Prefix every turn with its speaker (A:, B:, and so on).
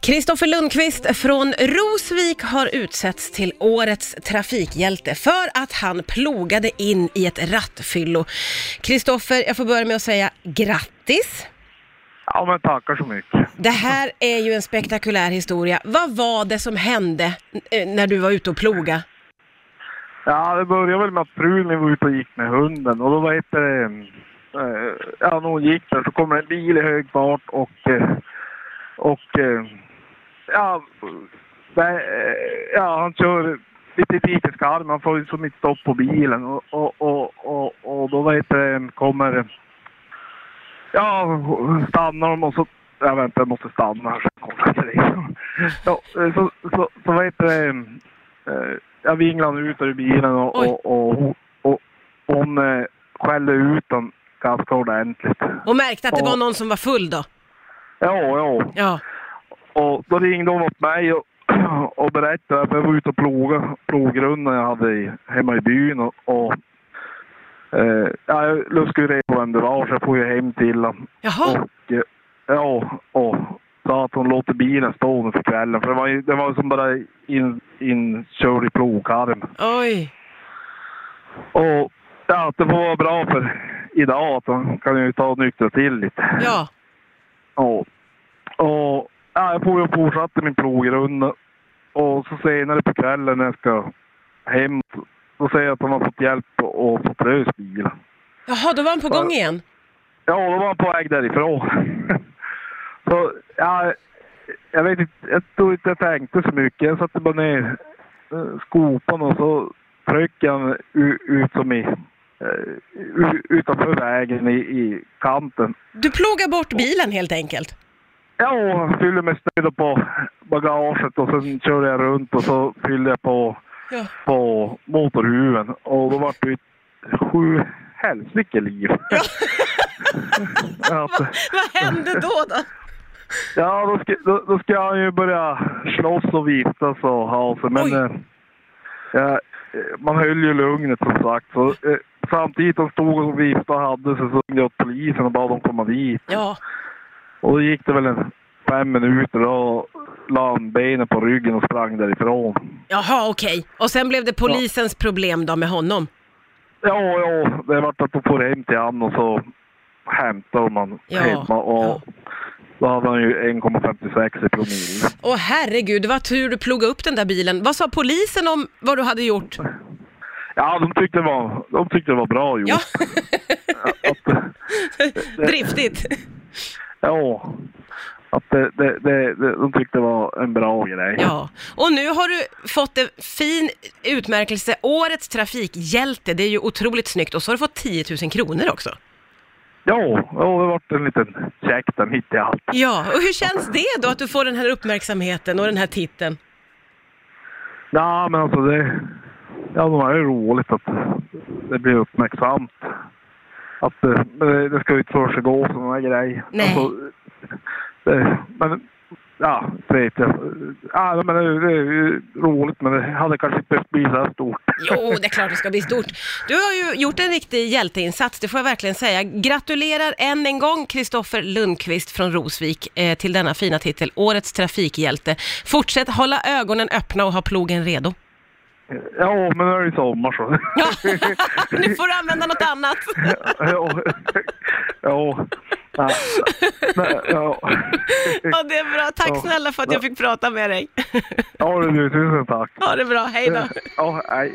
A: Kristoffer Lundqvist från Rosvik har utsetts till årets trafikhjälte för att han plogade in i ett rattfyllo. Kristoffer, jag får börja med att säga grattis.
B: Ja, men tackar så mycket.
A: Det här är ju en spektakulär historia. Vad var det som hände när du var ute och ploga?
B: Ja, det började väl med att frun var ute och gick med hunden. Och då var när hon gick där så kom en bil i hög fart och han kör lite i dikeskarmen. Han får ju så mycket stopp på bilen och då kommer stannar de och så jag måste stanna här jag vinglade ut ur bilen och hon skällde ut den ganska ordentligt.
A: Och märkte att det var någon som var full då?
B: Ja. Och då ringde hon åt mig och berättade att jag var ute och plogrundan jag hade hemma i byn jag luskade reda på vem det var så jag får ju hem till honom.
A: Jaha.
B: Och sa att hon låter bilen stå för kvällen. För det var som bara inkörd i plogkarm.
A: Oj.
B: Och det får vara bra för idag att de kan ju ta och nyktra till lite.
A: Ja.
B: Och jag får ju fortsätta min plogrunda. Och så senare på kvällen när jag ska hem då säger jag att de har fått hjälp och fått lös bilen. Jaha,
A: då var han på gång igen?
B: Ja, då var han på väg därifrån. Så jag vet inte, jag tror inte jag tänkte så mycket. Jag satte bara ner skopan och så tryckte han ut som utanför vägen i kanten.
A: Du plogar bort bilen helt enkelt?
B: Ja, jag fyllde med stöd på bagaget och sen körde jag runt och så fyllde jag på motorhuven och då var det 7 helsike liv.
A: Vad hände då?
B: Ja, då ska han ju börja slåss och viftas och ha sig. Men man höll ju lugnet som sagt. Så, samtidigt de stod och viftade och hade sig så ringde jag åt polisen och bad dem komma dit.
A: Ja.
B: Och då gick det väl 5 minuter och la han benen på ryggen och sprang därifrån.
A: Jaha, okej. Och sen blev det polisens problem då med honom?
B: Ja, det var att de får hem till han och så hämtar man hemma och då hade han ju 1,56 i promille.
A: Åh herregud, det var tur du plogade upp den där bilen. Vad sa polisen om vad du hade gjort?
B: Ja, de tyckte det var bra gjort.
A: Ja. Driftigt.
B: Ja, att de tyckte det var en bra grej.
A: Ja, och nu har du fått en fin utmärkelse, årets trafikhjälte. Det är ju otroligt snyggt. Och så har du fått 10 000 kronor också. Ja,
B: det har varit en liten check den hit i allt.
A: Ja, och hur känns det då att du får den här uppmärksamheten och den här titeln?
B: Ja, men alltså det är ju roligt att det blir uppmärksamt. Att det ska inte för sig gå sådana här grejer.
A: Nej.
B: Alltså, men vet jag. Ja, men det är roligt, men det hade kanske inte bli så här stort.
A: Jo, det är klart det ska bli stort. Du har ju gjort en riktig hjälteinsats, det får jag verkligen säga. Gratulerar än en gång Kristoffer Lundqvist från Rosvik till denna fina titel, årets trafikhjälte. Fortsätt hålla ögonen öppna och ha plogen redo.
B: Ja, men nu är det sommar så.
A: Ja, nu får du använda något annat.
B: Ja,
A: det är bra. Tack snälla för att jag fick prata med dig.
B: Ja, tusen tack.
A: Ha det bra, hej då.
B: Ja, hej.